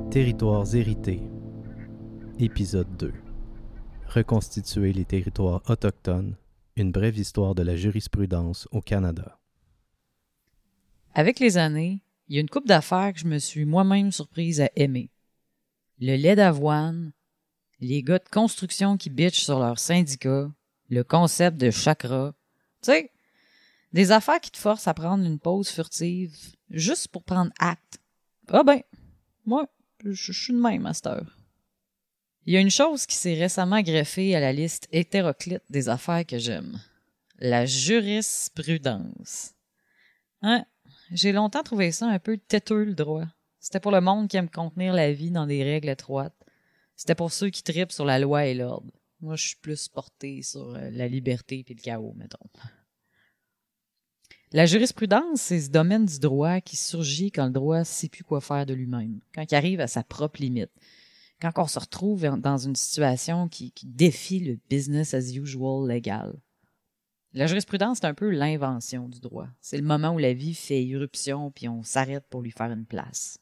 Territoires hérités. Épisode 2. Reconstituer les territoires autochtones. Une brève histoire de la jurisprudence au Canada. Avec les années, il y a une couple d'affaires que je me suis moi-même surprise à aimer. Le lait d'avoine, les gars de construction qui bitchent sur leur syndicat, le concept de chakra. Tu sais, des affaires qui te forcent à prendre une pause furtive juste pour prendre acte. Ah ben, moi, je suis de même à cette heure. Il y a une chose qui s'est récemment greffée à la liste hétéroclite des affaires que j'aime. La jurisprudence. Hein? J'ai longtemps trouvé ça un peu têteux, le droit. C'était pour le monde qui aime contenir la vie dans des règles étroites. C'était pour ceux qui tripent sur la loi et l'ordre. Moi, je suis plus porté sur la liberté et le chaos, mettons. La jurisprudence, c'est ce domaine du droit qui surgit quand le droit ne sait plus quoi faire de lui-même, quand il arrive à sa propre limite, quand on se retrouve dans une situation qui défie le business as usual légal. La jurisprudence, c'est un peu l'invention du droit. C'est le moment où la vie fait irruption puis on s'arrête pour lui faire une place.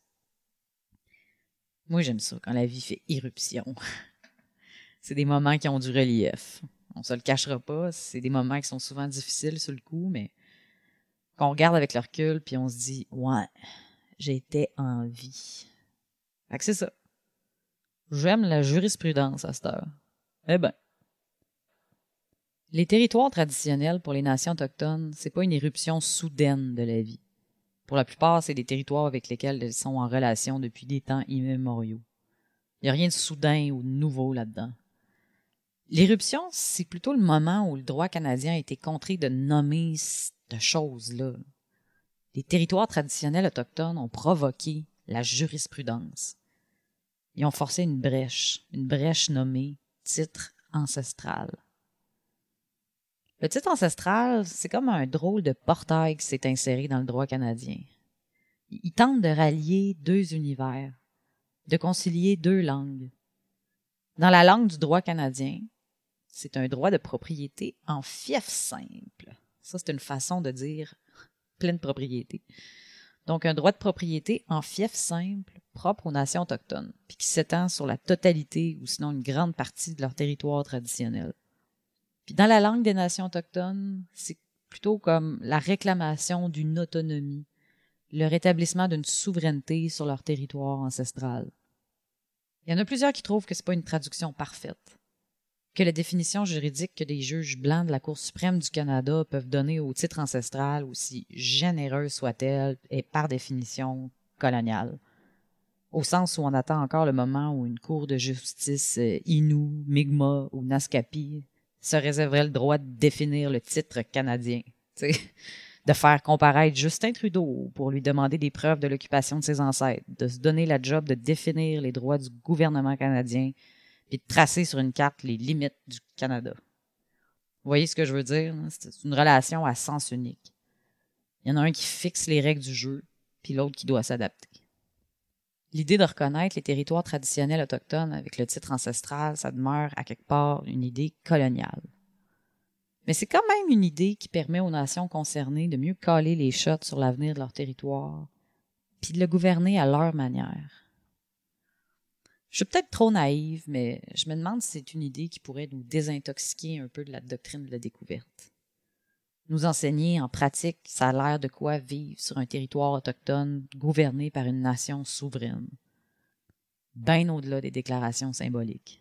Moi, j'aime ça, quand la vie fait irruption. C'est des moments qui ont du relief. On se le cachera pas, c'est des moments qui sont souvent difficiles sur le coup, mais qu'on regarde avec le recul puis on se dit « Ouais, j'étais en vie. » Fait que c'est ça. J'aime la jurisprudence à cette heure. Eh ben. Les territoires traditionnels pour les nations autochtones, c'est pas une éruption soudaine de la vie. Pour la plupart, c'est des territoires avec lesquels elles sont en relation depuis des temps immémoriaux. Il n'y a rien de soudain ou de nouveau là-dedans. L'éruption, c'est plutôt le moment où le droit canadien a été contraint de nommer cette chose-là. Les territoires traditionnels autochtones ont provoqué la jurisprudence. Ils ont forcé une brèche nommée titre ancestral. Le titre ancestral, c'est comme un drôle de portail qui s'est inséré dans le droit canadien. Il tente de rallier deux univers, de concilier deux langues. Dans la langue du droit canadien, c'est un droit de propriété en fief simple. Ça, c'est une façon de dire pleine propriété. Donc, un droit de propriété en fief simple, propre aux nations autochtones, puis qui s'étend sur la totalité ou sinon une grande partie de leur territoire traditionnel. Puis dans la langue des nations autochtones, c'est plutôt comme la réclamation d'une autonomie, le rétablissement d'une souveraineté sur leur territoire ancestral. Il y en a plusieurs qui trouvent que c'est pas une traduction parfaite, que la définition juridique que des juges blancs de la Cour suprême du Canada peuvent donner au titre ancestral, aussi généreuse soit-elle, est par définition coloniale. Au sens où on attend encore le moment où une cour de justice Innu, Mi'kmaq ou Naskapi se réserverait le droit de définir le titre canadien. T'sais, de faire comparaître Justin Trudeau pour lui demander des preuves de l'occupation de ses ancêtres, de se donner la job de définir les droits du gouvernement canadien, puis de tracer sur une carte les limites du Canada. Vous voyez ce que je veux dire? C'est une relation à sens unique. Il y en a un qui fixe les règles du jeu, puis l'autre qui doit s'adapter. L'idée de reconnaître les territoires traditionnels autochtones avec le titre ancestral, ça demeure à quelque part une idée coloniale. Mais c'est quand même une idée qui permet aux nations concernées de mieux caler les shots sur l'avenir de leur territoire, puis de le gouverner à leur manière. Je suis peut-être trop naïve, mais je me demande si c'est une idée qui pourrait nous désintoxiquer un peu de la doctrine de la découverte. Nous enseigner en pratique, ça a l'air de quoi vivre sur un territoire autochtone gouverné par une nation souveraine. Bien au-delà des déclarations symboliques.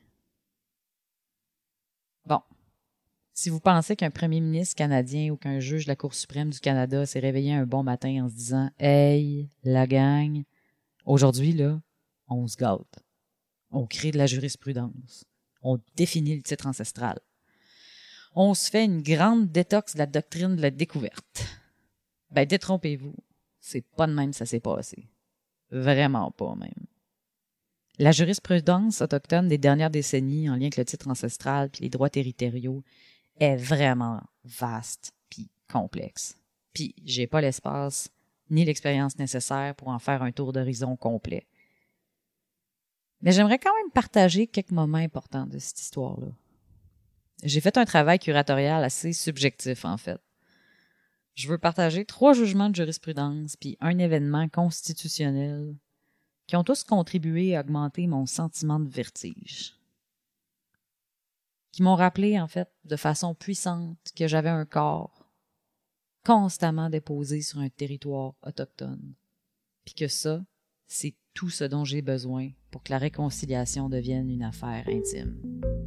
Bon. Si vous pensez qu'un premier ministre canadien ou qu'un juge de la Cour suprême du Canada s'est réveillé un bon matin en se disant « Hey, la gang, aujourd'hui, là, on se gâte. On crée de la jurisprudence. On définit le titre ancestral. On se fait une grande détox de la doctrine de la découverte. » Ben, détrompez-vous. C'est pas de même ça s'est passé. Vraiment pas, même. La jurisprudence autochtone des dernières décennies en lien avec le titre ancestral puis les droits territoriaux est vraiment vaste puis complexe. Puis j'ai pas l'espace ni l'expérience nécessaire pour en faire un tour d'horizon complet. Mais j'aimerais quand même partager quelques moments importants de cette histoire-là. J'ai fait un travail curatorial assez subjectif, en fait. Je veux partager 3 jugements de jurisprudence puis un événement constitutionnel qui ont tous contribué à augmenter mon sentiment de vertige. Qui m'ont rappelé, en fait, de façon puissante que j'avais un corps constamment déposé sur un territoire autochtone. Puis que ça, c'est tout ce dont j'ai besoin pour que la réconciliation devienne une affaire intime.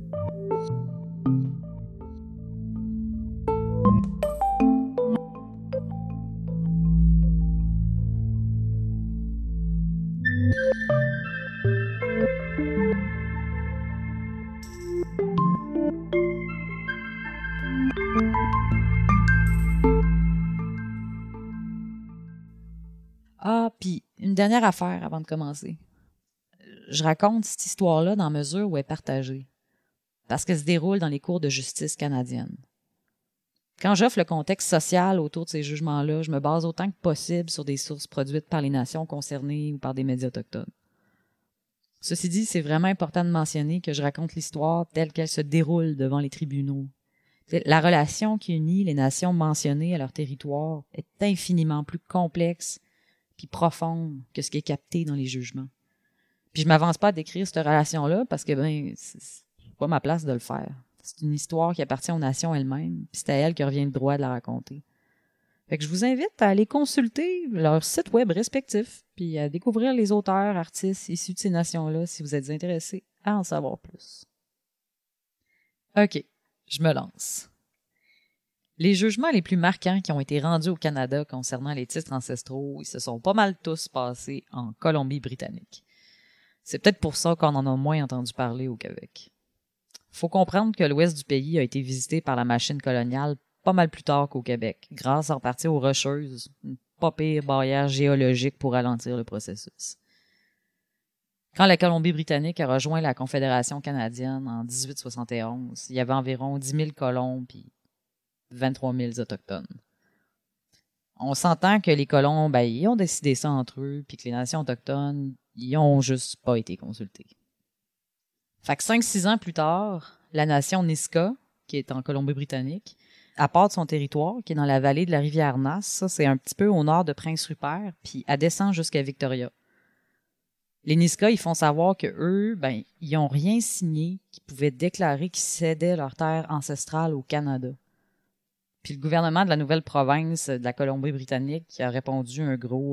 Ah, puis une dernière affaire avant de commencer. Je raconte cette histoire-là dans mesure où elle est partagée, parce qu'elle se déroule dans les cours de justice canadiennes. Quand j'offre le contexte social autour de ces jugements-là, je me base autant que possible sur des sources produites par les nations concernées ou par des médias autochtones. Ceci dit, c'est vraiment important de mentionner que je raconte l'histoire telle qu'elle se déroule devant les tribunaux. La relation qui unit les nations mentionnées à leur territoire est infiniment plus complexe puis profonde que ce qui est capté dans les jugements. Puis je m'avance pas à décrire cette relation-là parce que c'est pas ma place de le faire. C'est une histoire qui appartient aux nations elles-mêmes, puis c'est à elles que revient le droit de la raconter. Fait que je vous invite à aller consulter leurs sites web respectifs, puis à découvrir les auteurs, artistes issus de ces nations-là si vous êtes intéressés à en savoir plus. OK, je me lance. Les jugements les plus marquants qui ont été rendus au Canada concernant les titres ancestraux, ils se sont pas mal tous passés en Colombie-Britannique. C'est peut-être pour ça qu'on en a moins entendu parler au Québec. Faut comprendre que l'ouest du pays a été visité par la machine coloniale pas mal plus tard qu'au Québec, grâce en partie aux Rocheuses, une pas pire barrière géologique pour ralentir le processus. Quand la Colombie-Britannique a rejoint la Confédération canadienne en 1871, il y avait environ 10 000 colons puis 23 000 autochtones. On s'entend que les colons, ils ont décidé ça entre eux, puis que les nations autochtones, ils ont juste pas été consultés. Fait que 5-6 ans plus tard, la nation Nisga'a, qui est en Colombie-Britannique, à part de son territoire, qui est dans la vallée de la rivière Nass, ça c'est un petit peu au nord de Prince-Rupert, puis elle descend jusqu'à Victoria. Les Nisga'a, ils font savoir que eux, ils ont rien signé qui pouvait déclarer qu'ils cédaient leur terre ancestrale au Canada. Puis le gouvernement de la nouvelle province de la Colombie-Britannique a répondu un gros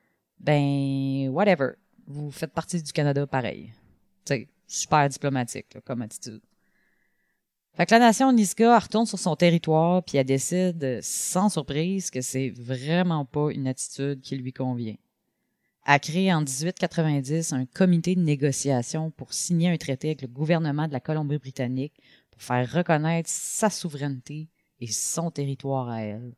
whatever, vous faites partie du Canada pareil. Tu sais, super diplomatique là, comme attitude. Fait que la nation Nisga'a retourne sur son territoire puis elle décide sans surprise que c'est vraiment pas une attitude qui lui convient. Elle crée en 1890 un comité de négociation pour signer un traité avec le gouvernement de la Colombie-Britannique pour faire reconnaître sa souveraineté et son territoire à elle.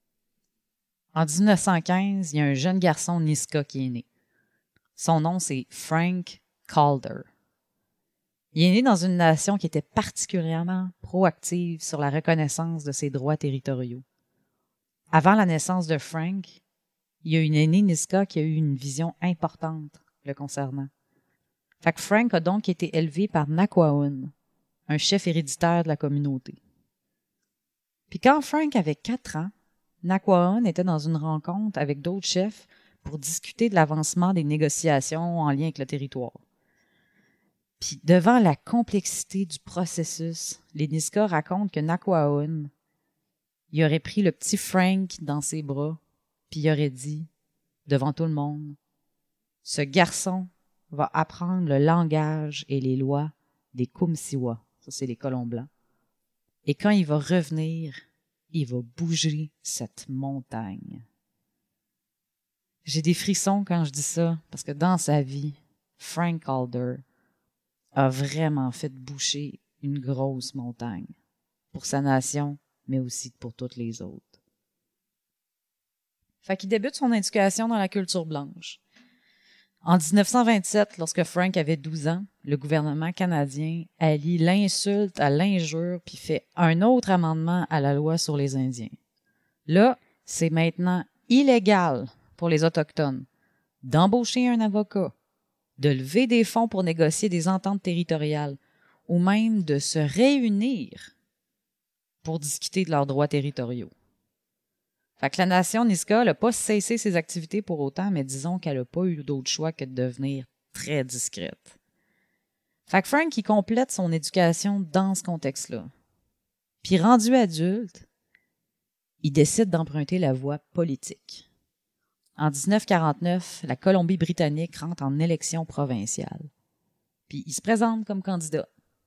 En 1915, il y a un jeune garçon Nisga'a qui est né. Son nom, c'est Frank Calder. Il est né dans une nation qui était particulièrement proactive sur la reconnaissance de ses droits territoriaux. Avant la naissance de Frank, il y a une aînée Nisga'a qui a eu une vision importante le concernant. Fait que Frank a donc été élevé par Naqa'un, un chef héréditaire de la communauté. Puis quand Frank avait 4 ans, Naqa'un était dans une rencontre avec d'autres chefs pour discuter de l'avancement des négociations en lien avec le territoire. Puis devant la complexité du processus, les Nisga'a racontent que Naqa'un, il aurait pris le petit Frank dans ses bras, puis il aurait dit, devant tout le monde, « Ce garçon va apprendre le langage et les lois des Kumsiwa. » Ça, c'est les colons blancs. « Et quand il va revenir, il va bouger cette montagne. » J'ai des frissons quand je dis ça, parce que dans sa vie, Frank Calder a vraiment fait bouger une grosse montagne, pour sa nation, mais aussi pour toutes les autres. Fait qu'il débute son éducation dans la culture blanche. En 1927, lorsque Frank avait 12 ans, le gouvernement canadien allie l'insulte à l'injure puis fait un autre amendement à la loi sur les Indiens. Là, c'est maintenant illégal pour les Autochtones d'embaucher un avocat, de lever des fonds pour négocier des ententes territoriales ou même de se réunir pour discuter de leurs droits territoriaux. Fait que la nation Nisga'a n'a pas cessé ses activités pour autant, mais disons qu'elle n'a pas eu d'autre choix que de devenir très discrète. Fait que Frank, il complète son éducation dans ce contexte-là. Puis rendu adulte, il décide d'emprunter la voie politique. En 1949, la Colombie-Britannique rentre en élection provinciale. Puis il se présente comme candidat.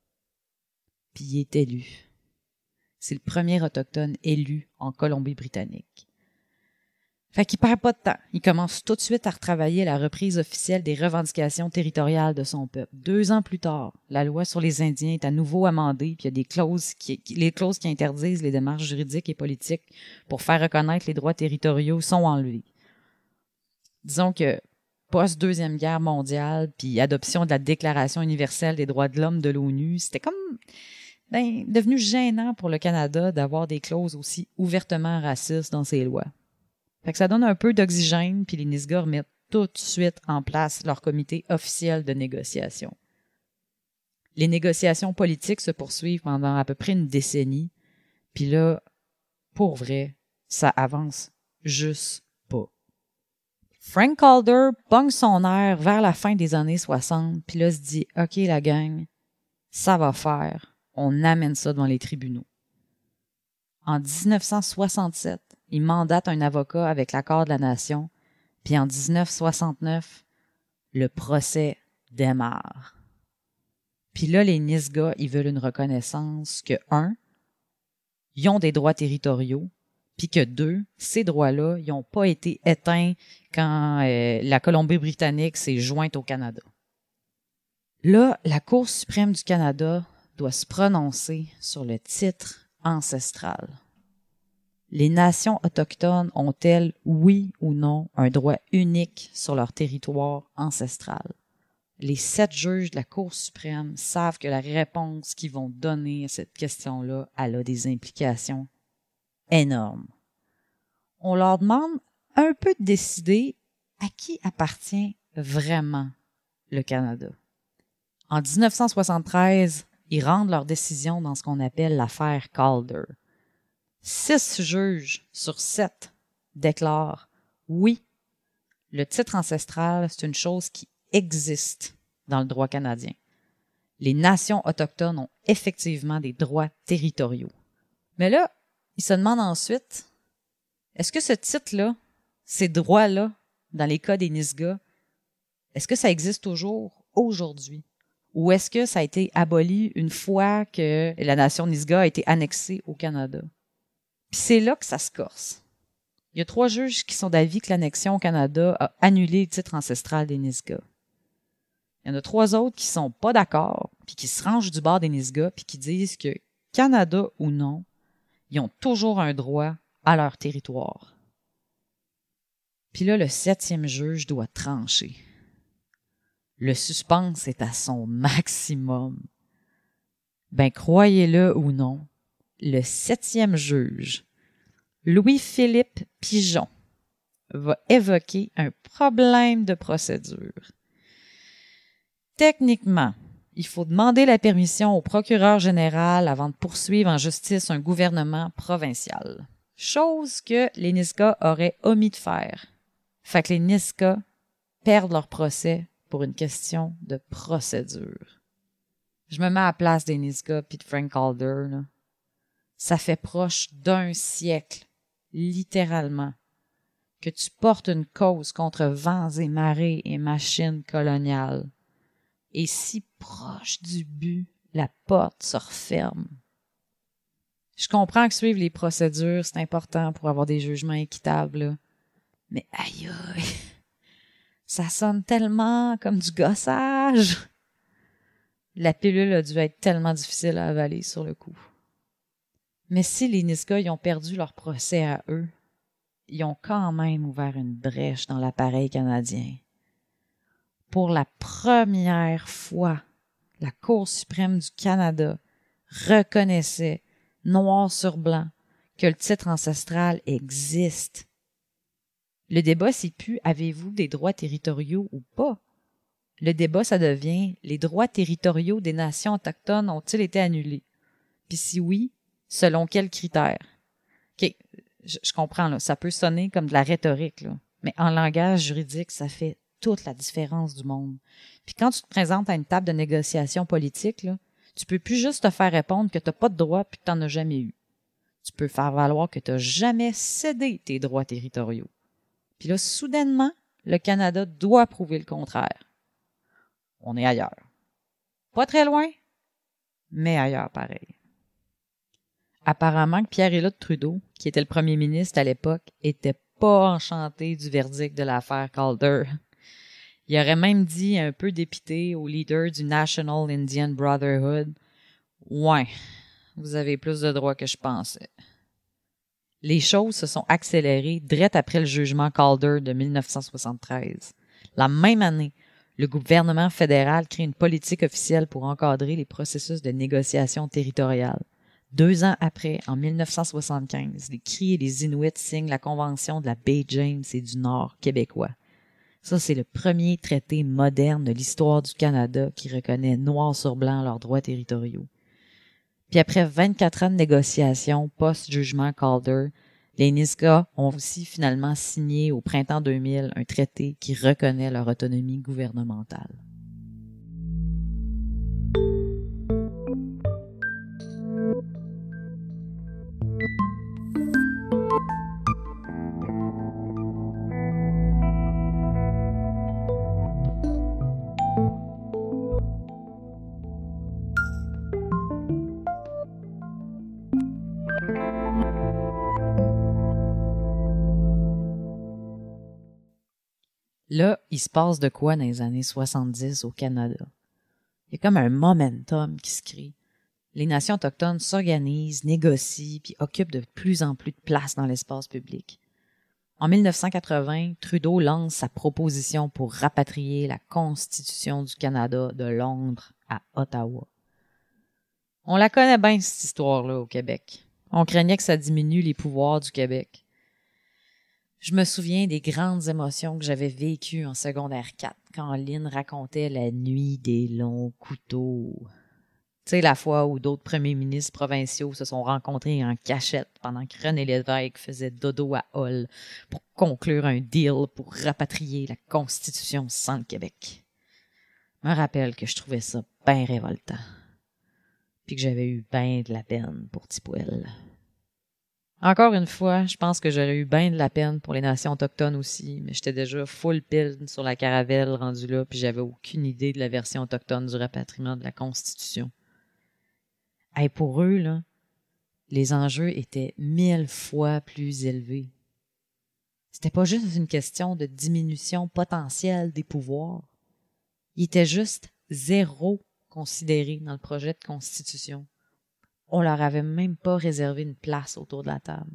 Puis il est élu. C'est le premier autochtone élu en Colombie-Britannique. Fait qu'il perd pas de temps. Il commence tout de suite à retravailler la reprise officielle des revendications territoriales de son peuple. 2 ans plus tard, la loi sur les Indiens est à nouveau amendée, puis il y a des clauses les clauses qui interdisent les démarches juridiques et politiques pour faire reconnaître les droits territoriaux sont enlevées. Disons que post-Deuxième Guerre mondiale, puis adoption de la Déclaration universelle des droits de l'homme de l'ONU, c'était comme devenu gênant pour le Canada d'avoir des clauses aussi ouvertement racistes dans ses lois. Fait que ça donne un peu d'oxygène, puis les Nisga'a remettent tout de suite en place leur comité officiel de négociation. Les négociations politiques se poursuivent pendant à peu près une décennie, puis là, pour vrai, ça avance juste pas. Frank Calder pogne son air vers la fin des années 60, puis là se dit « OK, la gang, ça va faire, on amène ça devant les tribunaux. » En 1967, il mandate un avocat avec l'accord de la nation, puis en 1969, le procès démarre. Puis là, les Nisga'a, ils veulent une reconnaissance que, 1, ils ont des droits territoriaux, puis que 2, ces droits-là, ils n'ont pas été éteints quand la Colombie-Britannique s'est jointe au Canada. Là, la Cour suprême du Canada doit se prononcer sur le titre ancestral. Les nations autochtones ont-elles, oui ou non, un droit unique sur leur territoire ancestral? Les 7 juges de la Cour suprême savent que la réponse qu'ils vont donner à cette question-là, elle a des implications énormes. On leur demande un peu de décider à qui appartient vraiment le Canada. En 1973, ils rendent leur décision dans ce qu'on appelle l'affaire Calder. 6 juges sur 7 déclarent « Oui, le titre ancestral, c'est une chose qui existe dans le droit canadien. Les nations autochtones ont effectivement des droits territoriaux. » Mais là, ils se demandent ensuite, est-ce que ce titre-là, ces droits-là, dans les cas des Nisga'a, est-ce que ça existe toujours aujourd'hui? Ou est-ce que ça a été aboli une fois que la nation Nisga'a a été annexée au Canada? Puis c'est là que ça se corse. Il y a 3 juges qui sont d'avis que l'annexion au Canada a annulé le titre ancestral des Nisga'a. Il y en a 3 autres qui sont pas d'accord, puis qui se rangent du bord des Nisga'a, puis qui disent que, Canada ou non, ils ont toujours un droit à leur territoire. Puis là, le 7e juge doit trancher. Le suspense est à son maximum. Ben, croyez-le ou non, le 7e juge, Louis-Philippe Pigeon, va évoquer un problème de procédure. Techniquement, il faut demander la permission au procureur général avant de poursuivre en justice un gouvernement provincial. Chose que les Nisga'a auraient omis de faire. Fait que les Nisga'a perdent leur procès pour une question de procédure. Je me mets à la place des Nisga'a puis de Frank Calder, là. Ça fait proche d'1 siècle, littéralement, que tu portes une cause contre vents et marées et machines coloniales. Et si proche du but, la porte se referme. Je comprends que suivre les procédures, c'est important pour avoir des jugements équitables, là. Mais aïe aïe, ça sonne tellement comme du gossage. La pilule a dû être tellement difficile à avaler sur le coup. Mais si les Nisga'a y ont perdu leur procès à eux, ils ont quand même ouvert une brèche dans l'appareil canadien. Pour la première fois, la Cour suprême du Canada reconnaissait, noir sur blanc, que le titre ancestral existe. Le débat, c'est plus « avez-vous des droits territoriaux ou pas ?» Le débat, ça devient « les droits territoriaux des nations autochtones ont-ils été annulés? » Puis si oui, selon quels critères? OK, je comprends, là, ça peut sonner comme de la rhétorique, là, mais en langage juridique, ça fait toute la différence du monde. Puis quand tu te présentes à une table de négociation politique, là, tu peux plus juste te faire répondre que tu n'as pas de droit puis que tu n'en as jamais eu. Tu peux faire valoir que tu n'as jamais cédé tes droits territoriaux. Puis là, soudainement, le Canada doit prouver le contraire. On est ailleurs. Pas très loin, mais ailleurs pareil. Apparemment que Pierre-Éliott Trudeau, qui était le premier ministre à l'époque, était pas enchanté du verdict de l'affaire Calder. Il aurait même dit un peu dépité au leader du National Indian Brotherhood, « Ouais, vous avez plus de droits que je pensais. » Les choses se sont accélérées direct après le jugement Calder de 1973. La même année, le gouvernement fédéral crée une politique officielle pour encadrer les processus de négociation territoriale. 2 ans après, en 1975, les Cris et les Inuits signent la Convention de la baie James et du Nord québécois. Ça, c'est le premier traité moderne de l'histoire du Canada qui reconnaît noir sur blanc leurs droits territoriaux. Puis après 24 ans de négociations post-jugement Calder, les Nisga'a ont aussi finalement signé au printemps 2000 un traité qui reconnaît leur autonomie gouvernementale. Là, il se passe de quoi dans les années 70 au Canada? Il y a comme un momentum qui se crée. Les nations autochtones s'organisent, négocient, puis occupent de plus en plus de place dans l'espace public. En 1980, Trudeau lance sa proposition pour rapatrier la Constitution du Canada de Londres à Ottawa. On la connaît bien, cette histoire-là, au Québec. On craignait que ça diminue les pouvoirs du Québec. Je me souviens des grandes émotions que j'avais vécues en secondaire 4 quand Lynn racontait la nuit des longs couteaux. Tu sais, la fois où d'autres premiers ministres provinciaux se sont rencontrés en cachette pendant que René Lévesque faisait dodo à Hull pour conclure un deal pour rapatrier la Constitution sans le Québec. Je me rappelle que je trouvais ça bien révoltant. Puis que j'avais eu bien de la peine pour Tipouel. Encore une fois, je pense que j'aurais eu bien de la peine pour les nations autochtones aussi, mais j'étais déjà full pile sur la caravelle rendue là, puis j'avais aucune idée de la version autochtone du rapatriement de la Constitution. Hey, pour eux, là, les enjeux étaient 1000 fois plus élevés. C'était pas juste une question de diminution potentielle des pouvoirs. Ils étaient juste zéro considérés dans le projet de Constitution. On leur avait même pas réservé une place autour de la table.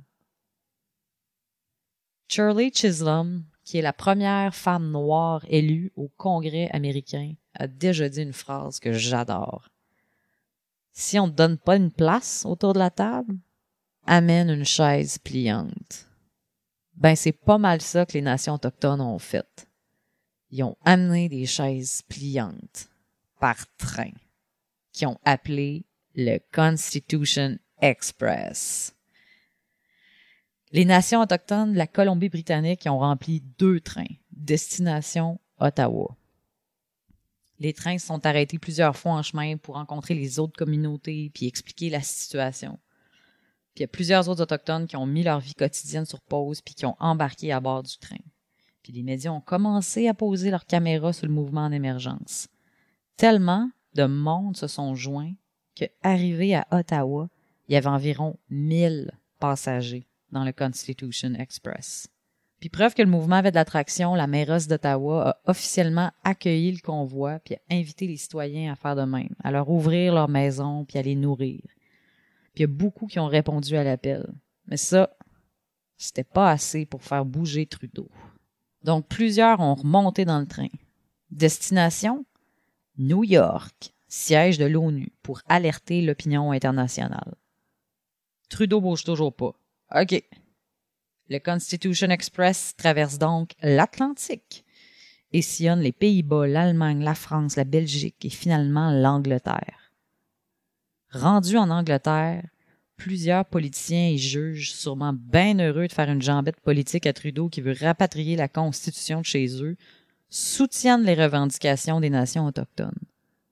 Shirley Chisholm, qui est la première femme noire élue au Congrès américain, a déjà dit une phrase que j'adore. Si on ne te donne pas une place autour de la table, amène une chaise pliante. Ben, c'est pas mal ça que les nations autochtones ont fait. Ils ont amené des chaises pliantes par train, qui ont appelé le Constitution Express. Les nations autochtones de la Colombie-Britannique ont rempli 2 trains, destination Ottawa. Les trains se sont arrêtés plusieurs fois en chemin pour rencontrer les autres communautés puis expliquer la situation. Puis il y a plusieurs autres autochtones qui ont mis leur vie quotidienne sur pause puis qui ont embarqué à bord du train. Puis les médias ont commencé à poser leurs caméras sur le mouvement en émergence. Tellement de monde se sont joints qu'arrivé à Ottawa, il y avait environ 1000 passagers dans le Constitution Express. Puis preuve que le mouvement avait de l'attraction, la mairesse d'Ottawa a officiellement accueilli le convoi puis a invité les citoyens à faire de même, à leur ouvrir leur maison puis à les nourrir. Puis il y a beaucoup qui ont répondu à l'appel. Mais ça, c'était pas assez pour faire bouger Trudeau. Donc plusieurs ont remonté dans le train. Destination? New York, siège de l'ONU, pour alerter l'opinion internationale. Trudeau bouge toujours pas. OK. Le Constitution Express traverse donc l'Atlantique et sillonne les Pays-Bas, l'Allemagne, la France, la Belgique et finalement l'Angleterre. Rendu en Angleterre, plusieurs politiciens et juges, sûrement bien heureux de faire une jambette politique à Trudeau qui veut rapatrier la Constitution de chez eux, soutiennent les revendications des nations autochtones.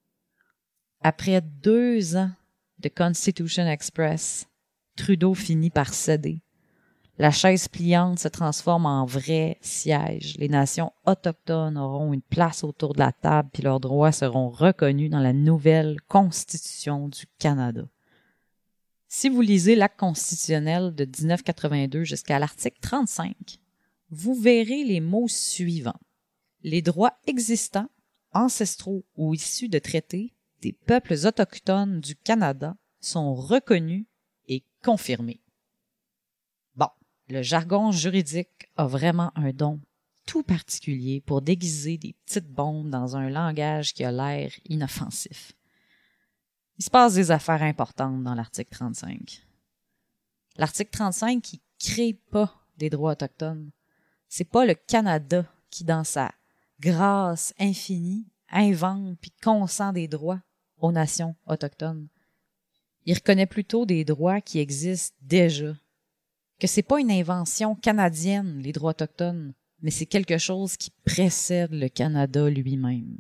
Après 2 ans de Constitution Express, Trudeau finit par céder. La chaise pliante se transforme en vrai siège. Les nations autochtones auront une place autour de la table puis leurs droits seront reconnus dans la nouvelle Constitution du Canada. Si vous lisez l'acte constitutionnel de 1982 jusqu'à l'article 35, vous verrez les mots suivants. Les droits existants, ancestraux ou issus de traités des peuples autochtones du Canada sont reconnus et confirmés. Bon, le jargon juridique a vraiment un don tout particulier pour déguiser des petites bombes dans un langage qui a l'air inoffensif. Il se passe des affaires importantes dans l'article 35. L'article 35 qui crée pas des droits autochtones. C'est pas le Canada qui, dans sa grâce infinie, invente puis consent des droits aux nations autochtones. Il reconnaît plutôt des droits qui existent déjà. Que c'est pas une invention canadienne, les droits autochtones, mais c'est quelque chose qui précède le Canada lui-même.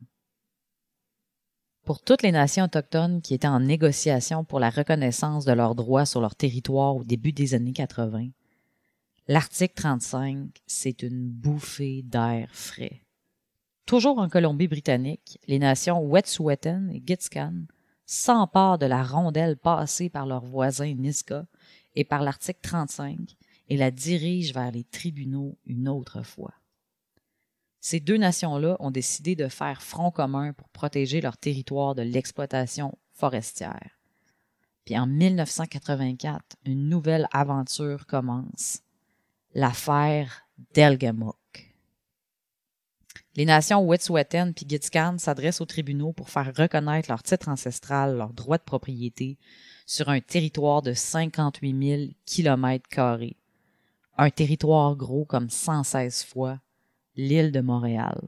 Pour toutes les nations autochtones qui étaient en négociation pour la reconnaissance de leurs droits sur leur territoire au début des années 80, l'article 35, c'est une bouffée d'air frais. Toujours en Colombie-Britannique, les nations Wet'suwet'en et Gitxsan s'emparent de la rondelle passée par leurs voisins Nisga'a et par l'article 35 et la dirigent vers les tribunaux une autre fois. Ces 2 nations-là ont décidé de faire front commun pour protéger leur territoire de l'exploitation forestière. Puis en 1984, une nouvelle aventure commence, l'affaire Delgamuukw. Les nations Wet'suwet'en et Gitxsan s'adressent aux tribunaux pour faire reconnaître leur titre ancestral, leur droit de propriété, sur un territoire de 58 000 km². Un territoire gros comme 116 fois l'île de Montréal.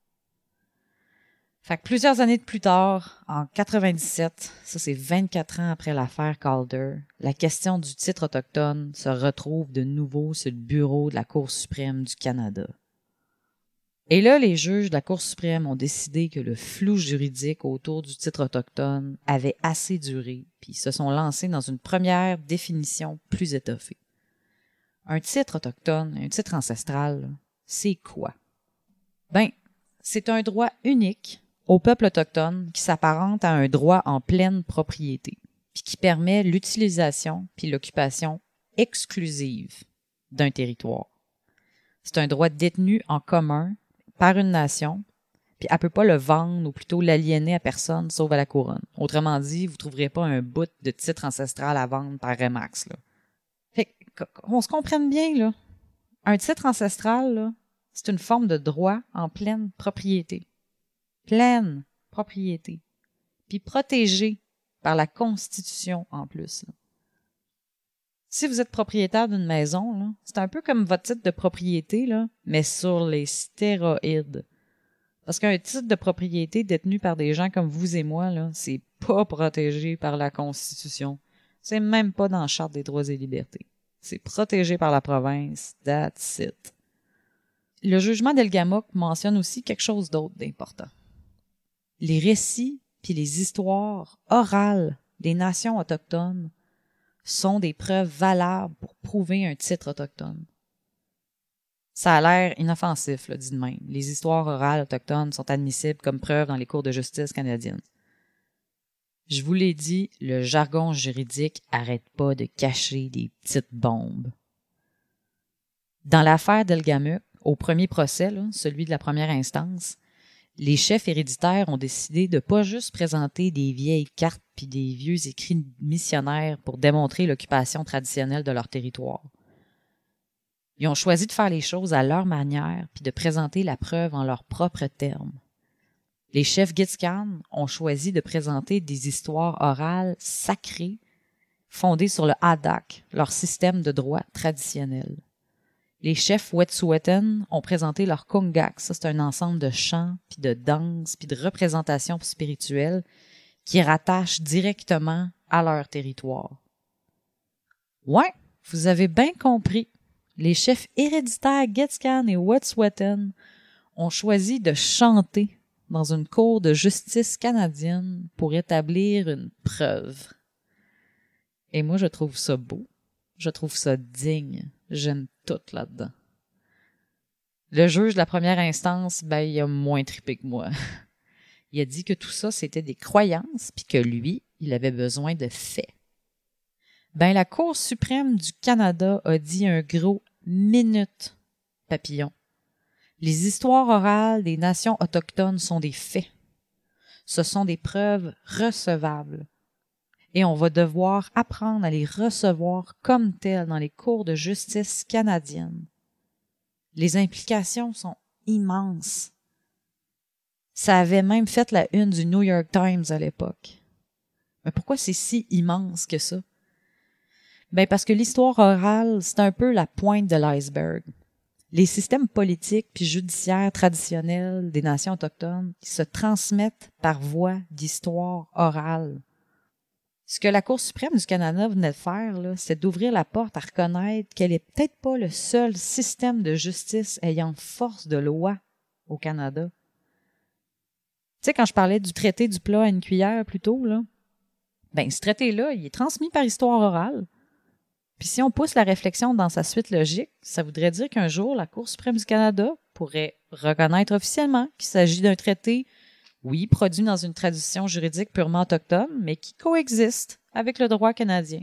Fait que plusieurs années plus tard, en 97, ça c'est 24 ans après l'affaire Calder, la question du titre autochtone se retrouve de nouveau sur le bureau de la Cour suprême du Canada. Et là, les juges de la Cour suprême ont décidé que le flou juridique autour du titre autochtone avait assez duré, puis se sont lancés dans une première définition plus étoffée. Un titre autochtone, un titre ancestral, c'est quoi? Ben, c'est un droit unique au peuple autochtone qui s'apparente à un droit en pleine propriété, puis qui permet l'utilisation puis l'occupation exclusive d'un territoire. C'est un droit détenu en commun par une nation, puis elle peut pas le vendre ou plutôt l'aliéner à personne sauf à la couronne. Autrement dit, vous trouverez pas un bout de titre ancestral à vendre par Remax, là. Fait qu'on se comprenne bien, là. Un titre ancestral, là, c'est une forme de droit en pleine propriété. Pleine propriété. Puis protégé par la Constitution en plus, là. Si vous êtes propriétaire d'une maison, là, c'est un peu comme votre titre de propriété, là, mais sur les stéroïdes. Parce qu'un titre de propriété détenu par des gens comme vous et moi, là, c'est pas protégé par la Constitution. C'est même pas dans la Charte des droits et libertés. C'est protégé par la province. That's it. Le jugement Delgamuukw mentionne aussi quelque chose d'autre d'important. Les récits puis les histoires orales des nations autochtones sont des preuves valables pour prouver un titre autochtone. Ça a l'air inoffensif, là, dit de même. Les histoires orales autochtones sont admissibles comme preuve dans les cours de justice canadiennes. Je vous l'ai dit, le jargon juridique arrête pas de cacher des petites bombes. Dans l'affaire Delgamuukw, au premier procès, là, celui de la première instance, les chefs héréditaires ont décidé de pas juste présenter des vieilles cartes puis des vieux écrits missionnaires pour démontrer l'occupation traditionnelle de leur territoire. Ils ont choisi de faire les choses à leur manière puis de présenter la preuve en leurs propres termes. Les chefs Gitxsan ont choisi de présenter des histoires orales sacrées fondées sur le Hadak, leur système de droit traditionnel. Les chefs Wet'suwet'en ont présenté leur Kungaq, ça c'est un ensemble de chants, puis de danses, puis de représentations spirituelles qui rattachent directement à leur territoire. Ouais, vous avez bien compris. Les chefs héréditaires Getscan et Wet'suwet'en ont choisi de chanter dans une cour de justice canadienne pour établir une preuve. Et moi, je trouve ça beau. Je trouve ça digne. J'aime tout là-dedans. Le juge de la première instance, il a moins trippé que moi. Il a dit que tout ça, c'était des croyances, puis que lui, il avait besoin de faits. La Cour suprême du Canada a dit un gros minute papillon. Les histoires orales des nations autochtones sont des faits. Ce sont des preuves recevables. Et on va devoir apprendre à les recevoir comme telles dans les cours de justice canadiennes. Les implications sont immenses. Ça avait même fait la une du New York Times à l'époque. Mais pourquoi c'est si immense que ça? Parce que l'histoire orale, c'est un peu la pointe de l'iceberg. Les systèmes politiques puis judiciaires traditionnels des nations autochtones qui se transmettent par voie d'histoire orale. Ce que la Cour suprême du Canada venait de faire, là, c'est d'ouvrir la porte à reconnaître qu'elle est peut-être pas le seul système de justice ayant force de loi au Canada. Tu sais, quand je parlais du traité du plat à une cuillère plus tôt, là, ce traité-là, il est transmis par histoire orale. Puis si on pousse la réflexion dans sa suite logique, ça voudrait dire qu'un jour, la Cour suprême du Canada pourrait reconnaître officiellement qu'il s'agit d'un traité, oui, produit dans une tradition juridique purement autochtone, mais qui coexiste avec le droit canadien.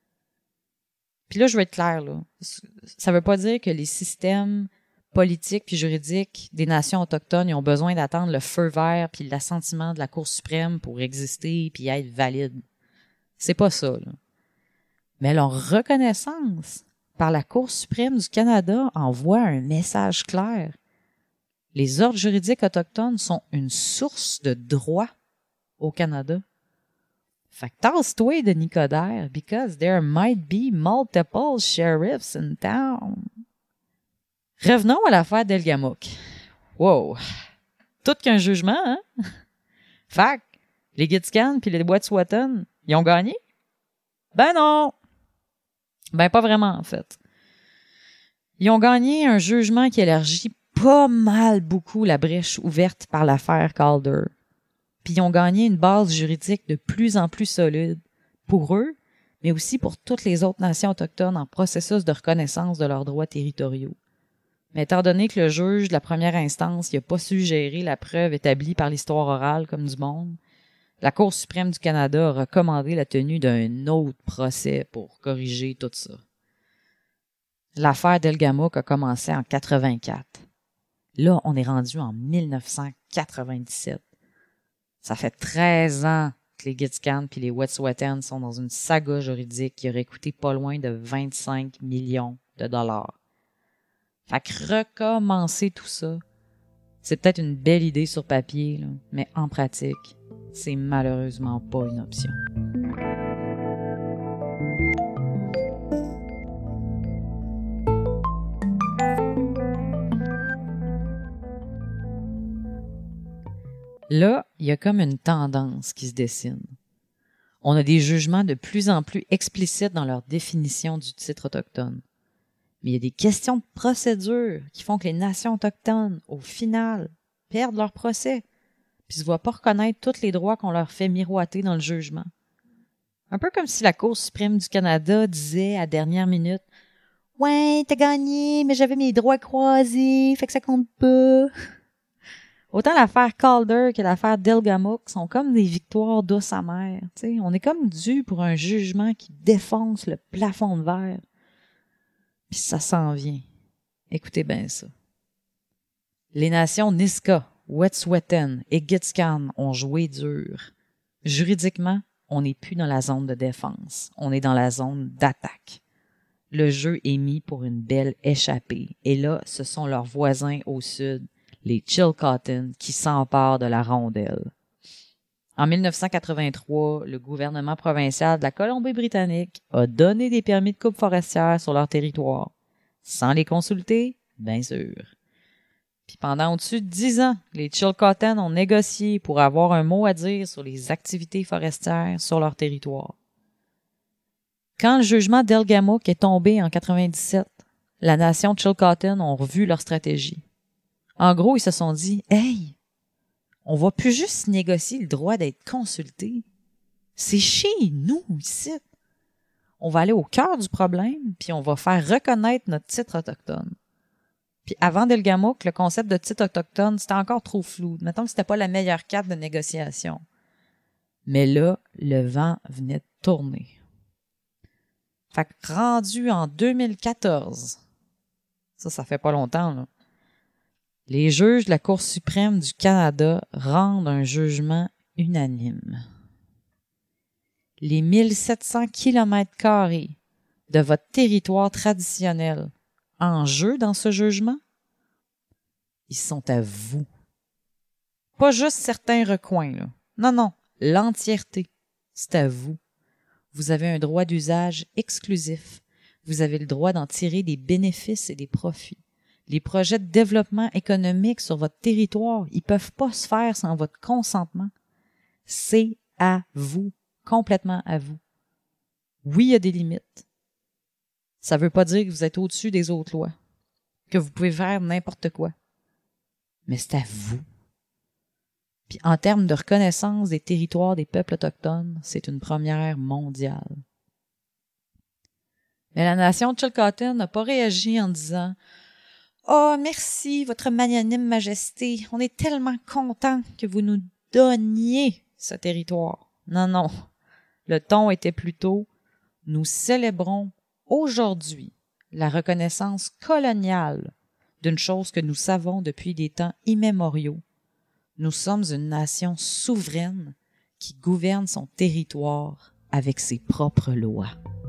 Puis là, je veux être clair, là. Ça veut pas dire que les systèmes politiques puis juridiques des nations autochtones ils ont besoin d'attendre le feu vert puis l'assentiment de la Cour suprême pour exister puis être valides. C'est pas ça, là. Mais leur reconnaissance par la Cour suprême du Canada envoie un message clair. Les ordres juridiques autochtones sont une source de droit au Canada. Fait que tasse-toi de Nicodère, because there might be multiple sheriffs in town. Revenons à l'affaire d'Elgamook. Wow! Tout qu'un jugement, hein? Fait que les Gitskan puis les Wet'suwet'en, ils ont gagné? Non! Pas vraiment, en fait. Ils ont gagné un jugement qui élargit pas mal beaucoup la brèche ouverte par l'affaire Calder. Puis ils ont gagné une base juridique de plus en plus solide pour eux, mais aussi pour toutes les autres nations autochtones en processus de reconnaissance de leurs droits territoriaux. Mais étant donné que le juge de la première instance n'a pas su gérer la preuve établie par l'histoire orale comme du monde, la Cour suprême du Canada a recommandé la tenue d'un autre procès pour corriger tout ça. L'affaire d'Elgamook a commencé en 84. Là, on est rendu en 1997. Ça fait 13 ans que les Gitskan puis les Wet'suwet'en sont dans une saga juridique qui aurait coûté pas loin de 25 millions de dollars. Fait que recommencer tout ça, c'est peut-être une belle idée sur papier, là, mais en pratique, c'est malheureusement pas une option. Là, il y a comme une tendance qui se dessine. On a des jugements de plus en plus explicites dans leur définition du titre autochtone. Mais il y a des questions de procédure qui font que les nations autochtones, au final, perdent leur procès, puis se voient pas reconnaître tous les droits qu'on leur fait miroiter dans le jugement. Un peu comme si la Cour suprême du Canada disait à dernière minute « Ouais, t'as gagné, mais j'avais mes droits croisés, fait que ça compte pas. » Autant l'affaire Calder que l'affaire d'Elgamook sont comme des victoires douces amères. T'sais. On est comme dû pour un jugement qui défonce le plafond de verre. Puis ça s'en vient. Écoutez bien ça. Les nations Niska, Wet'suwet'en et Gitskan ont joué dur. Juridiquement, on n'est plus dans la zone de défense. On est dans la zone d'attaque. Le jeu est mis pour une belle échappée. Et là, ce sont leurs voisins au sud, les Chilcotin, qui s'emparent de la rondelle. En 1983, le gouvernement provincial de la Colombie-Britannique a donné des permis de coupe forestière sur leur territoire. Sans les consulter, bien sûr. Puis pendant au-dessus de 10 ans, les Chilcotin ont négocié pour avoir un mot à dire sur les activités forestières sur leur territoire. Quand le jugement d'Elgamook est tombé en 97, la nation Chilcotin ont revu leur stratégie. En gros, ils se sont dit « Hey, on va plus juste négocier le droit d'être consulté. C'est chez nous, ici. On va aller au cœur du problème, puis on va faire reconnaître notre titre autochtone. » Puis avant Delgamook, le concept de titre autochtone, c'était encore trop flou. Mettons que c'était pas la meilleure carte de négociation. Mais là, le vent venait de tourner. Fait que rendu en 2014, ça fait pas longtemps, là, les juges de la Cour suprême du Canada rendent un jugement unanime. Les 1700 km² de votre territoire traditionnel en jeu dans ce jugement, ils sont à vous. Pas juste certains recoins, là. Non, l'entièreté, c'est à vous. Vous avez un droit d'usage exclusif. Vous avez le droit d'en tirer des bénéfices et des profits. Les projets de développement économique sur votre territoire, ils peuvent pas se faire sans votre consentement. C'est à vous, complètement à vous. Oui, il y a des limites. Ça veut pas dire que vous êtes au-dessus des autres lois, que vous pouvez faire n'importe quoi. Mais c'est à vous. Puis en termes de reconnaissance des territoires des peuples autochtones, c'est une première mondiale. Mais la nation Chilcotin n'a pas réagi en disant « Oh, merci, votre magnanime majesté, on est tellement contents que vous nous donniez ce territoire. » Non. Le ton était plutôt « Nous célébrons aujourd'hui la reconnaissance coloniale d'une chose que nous savons depuis des temps immémoriaux. Nous sommes une nation souveraine qui gouverne son territoire avec ses propres lois. »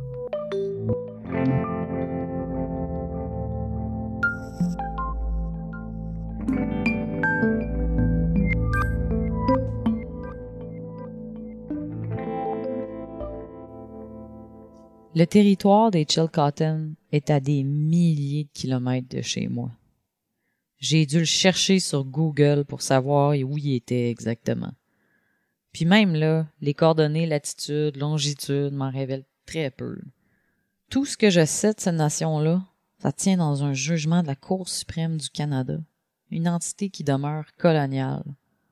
Le territoire des Chilcotin est à des milliers de kilomètres de chez moi. J'ai dû le chercher sur Google pour savoir où il était exactement. Puis même là, les coordonnées latitude, longitude m'en révèlent très peu. Tout ce que je sais de cette nation-là, ça tient dans un jugement de la Cour suprême du Canada, une entité qui demeure coloniale.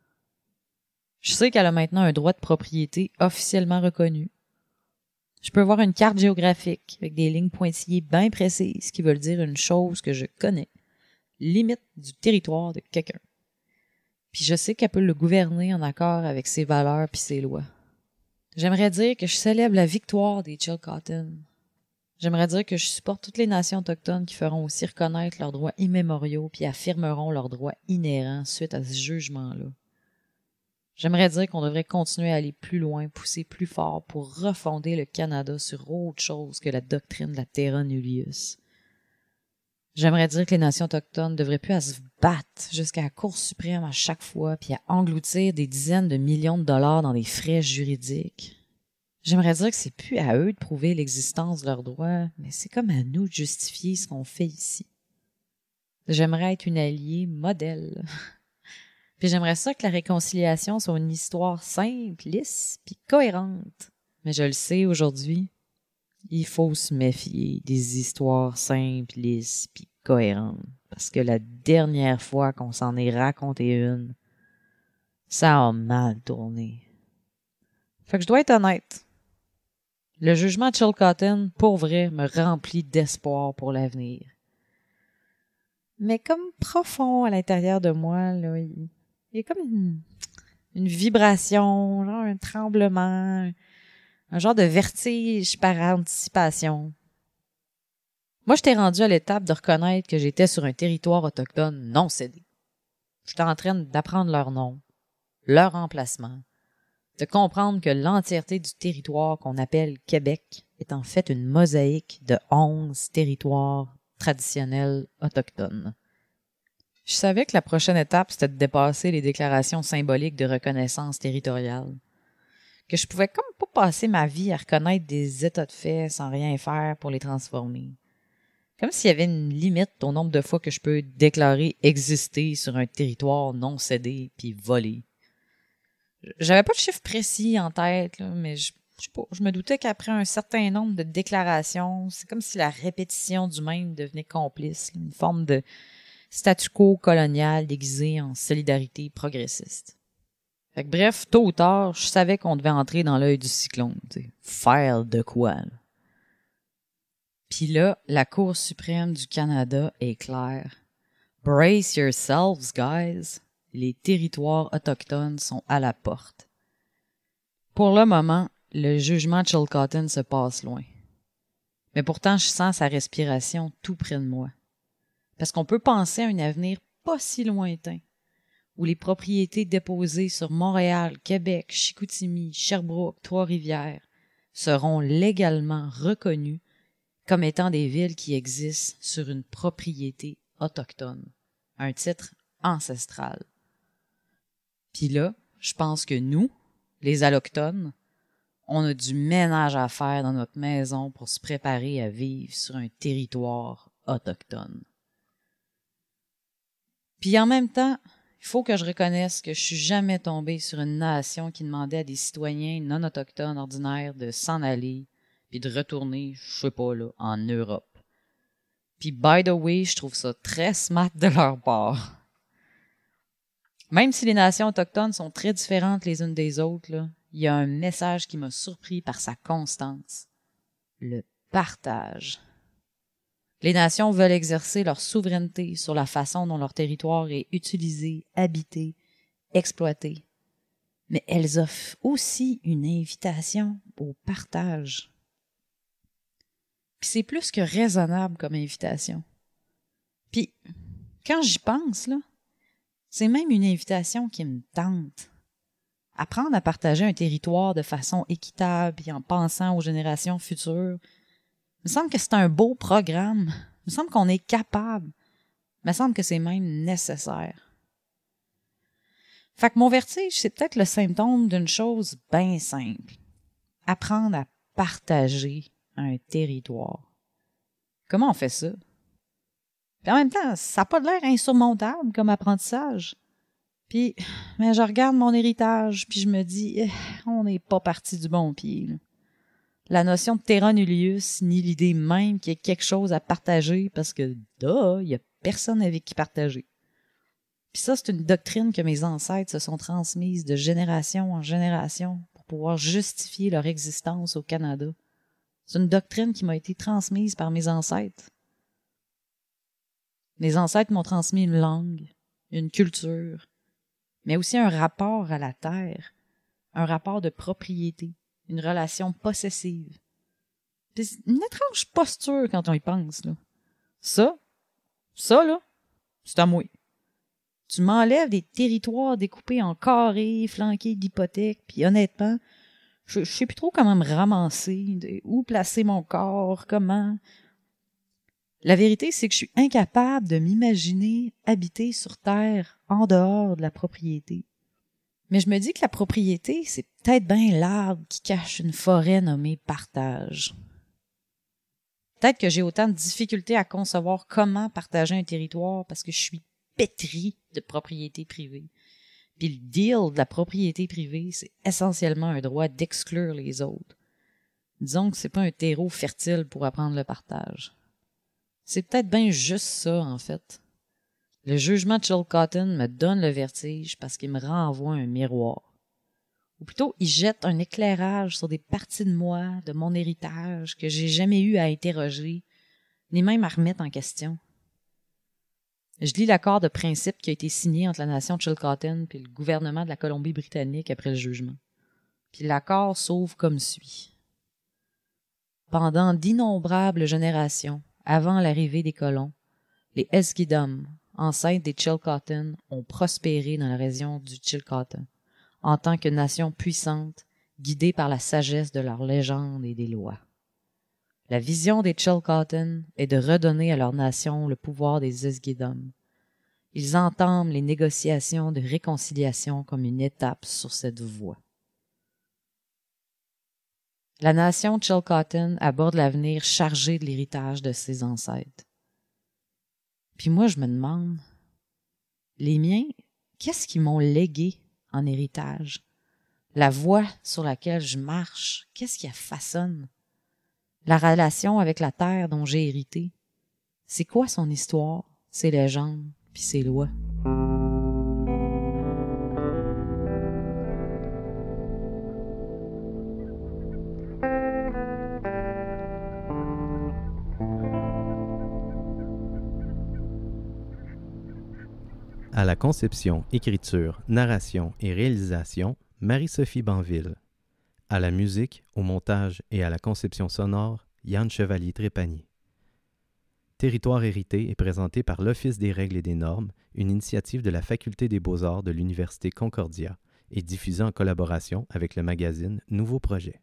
Je sais qu'elle a maintenant un droit de propriété officiellement reconnu. Je peux voir une carte géographique avec des lignes pointillées bien précises qui veulent dire une chose que je connais, limite du territoire de quelqu'un. Puis je sais qu'elle peut le gouverner en accord avec ses valeurs puis ses lois. J'aimerais dire que je célèbre la victoire des Chilcotin. J'aimerais dire que je supporte toutes les nations autochtones qui feront aussi reconnaître leurs droits immémoriaux puis affirmeront leurs droits inhérents suite à ce jugement-là. J'aimerais dire qu'on devrait continuer à aller plus loin, pousser plus fort pour refonder le Canada sur autre chose que la doctrine de la terra nullius. J'aimerais dire que les nations autochtones devraient plus à se battre jusqu'à la Cour suprême à chaque fois puis à engloutir des dizaines de millions de dollars dans des frais juridiques. J'aimerais dire que c'est plus à eux de prouver l'existence de leurs droits, mais c'est comme à nous de justifier ce qu'on fait ici. J'aimerais être une alliée modèle. Puis j'aimerais ça que la réconciliation soit une histoire simple, lisse, puis cohérente. Mais je le sais aujourd'hui, il faut se méfier des histoires simples, lisses, puis cohérentes. Parce que la dernière fois qu'on s'en est raconté une, ça a mal tourné. Fait que je dois être honnête. Le jugement de Chilcotin, pour vrai, me remplit d'espoir pour l'avenir. Mais comme profond à l'intérieur de moi, là, il y a comme une vibration, genre un tremblement, un genre de vertige par anticipation. Moi, j'étais rendu à l'étape de reconnaître que j'étais sur un territoire autochtone non cédé. J'étais en train d'apprendre leur nom, leur emplacement, de comprendre que l'entièreté du territoire qu'on appelle Québec est en fait une mosaïque de 11 territoires traditionnels autochtones. Je savais que la prochaine étape, c'était de dépasser les déclarations symboliques de reconnaissance territoriale. Que je pouvais comme pas passer ma vie à reconnaître des états de fait sans rien faire pour les transformer. Comme s'il y avait une limite au nombre de fois que je peux déclarer exister sur un territoire non cédé puis volé. J'avais pas de chiffre précis en tête, là, mais je Je sais pas, je me doutais qu'après un certain nombre de déclarations, c'est comme si la répétition du même devenait complice, une forme de statu quo colonial déguisé en solidarité progressiste. Fait que bref, tôt ou tard, je savais qu'on devait entrer dans l'œil du cyclone, t'sais. Faire de quoi, là. Puis là, la Cour suprême du Canada est claire. Brace yourselves, guys. Les territoires autochtones sont à la porte. Pour le moment, le jugement de Chilcotin se passe loin. Mais pourtant, je sens sa respiration tout près de moi. Parce qu'on peut penser à un avenir pas si lointain, où les propriétés déposées sur Montréal, Québec, Chicoutimi, Sherbrooke, Trois-Rivières seront légalement reconnues comme étant des villes qui existent sur une propriété autochtone, un titre ancestral. Puis là, je pense que nous, les Allochtones, on a du ménage à faire dans notre maison pour se préparer à vivre sur un territoire autochtone. Puis en même temps, il faut que je reconnaisse que je suis jamais tombée sur une nation qui demandait à des citoyens non autochtones ordinaires de s'en aller puis de retourner, je sais pas là, en Europe. Puis by the way, je trouve ça très smart de leur part. Même si les nations autochtones sont très différentes les unes des autres, là, il y a un message qui m'a surpris par sa constance. Le partage. Les nations veulent exercer leur souveraineté sur la façon dont leur territoire est utilisé, habité, exploité. Mais elles offrent aussi une invitation au partage. Puis c'est plus que raisonnable comme invitation. Puis, quand j'y pense, là, c'est même une invitation qui me tente. Apprendre à partager un territoire de façon équitable et en pensant aux générations futures, il me semble que c'est un beau programme. Il me semble qu'on est capable. Il me semble que c'est même nécessaire. Fait que mon vertige, c'est peut-être le symptôme d'une chose bien simple. Apprendre à partager un territoire. Comment on fait ça? Puis en même temps, ça n'a pas l'air insurmontable comme apprentissage. Puis, mais je regarde mon héritage, puis je me dis, on n'est pas parti du bon pied, là. La notion de terra nullius, ni l'idée même qu'il y ait quelque chose à partager, parce que, il y a personne avec qui partager. Puis ça, c'est une doctrine que mes ancêtres se sont transmises de génération en génération pour pouvoir justifier leur existence au Canada. C'est une doctrine qui m'a été transmise par mes ancêtres. Mes ancêtres m'ont transmis une langue, une culture, mais aussi un rapport à la terre, un rapport de propriété, une relation possessive. Puis une étrange posture quand on y pense, là. Ça, là, c'est à moi. Tu m'enlèves des territoires découpés en carrés, flanqués d'hypothèques, puis honnêtement, je sais plus trop comment me ramasser, où placer mon corps, comment. La vérité, c'est que je suis incapable de m'imaginer habiter sur terre en dehors de la propriété. Mais je me dis que la propriété, c'est peut-être bien l'arbre qui cache une forêt nommée partage. Peut-être que j'ai autant de difficultés à concevoir comment partager un territoire parce que je suis pétrie de propriété privée. Puis le deal de la propriété privée, c'est essentiellement un droit d'exclure les autres. Disons que c'est pas un terreau fertile pour apprendre le partage. C'est peut-être bien juste ça, en fait. Le jugement de Chilcotin me donne le vertige parce qu'il me renvoie un miroir. Ou plutôt, il jette un éclairage sur des parties de moi, de mon héritage, que j'ai jamais eu à interroger, ni même à remettre en question. Je lis l'accord de principe qui a été signé entre la nation de Chilcotin et le gouvernement de la Colombie-Britannique après le jugement. Puis l'accord s'ouvre comme suit. Pendant d'innombrables générations, avant l'arrivée des colons, les Esquidum, ancêtres des Chilcotin, ont prospéré dans la région du Chilcotin, en tant que nation puissante, guidée par la sagesse de leurs légendes et des lois. La vision des Chilcotin est de redonner à leur nation le pouvoir des Esquidum. Ils entament les négociations de réconciliation comme une étape sur cette voie. La nation Chilcotin aborde l'avenir chargé de l'héritage de ses ancêtres. Puis moi, je me demande, les miens, qu'est-ce qu'ils m'ont légué en héritage? La voie sur laquelle je marche, qu'est-ce qui la façonne? La relation avec la terre dont j'ai hérité. C'est quoi son histoire, ses légendes, puis ses lois? À la conception, écriture, narration et réalisation, Marie-Sophie Banville. À la musique, au montage et à la conception sonore, Yann Chevalier-Trépanier. Territoire hérité est présenté par l'Office des règles et des normes, une initiative de la Faculté des beaux-arts de l'Université Concordia et diffusée en collaboration avec le magazine Nouveau Projet.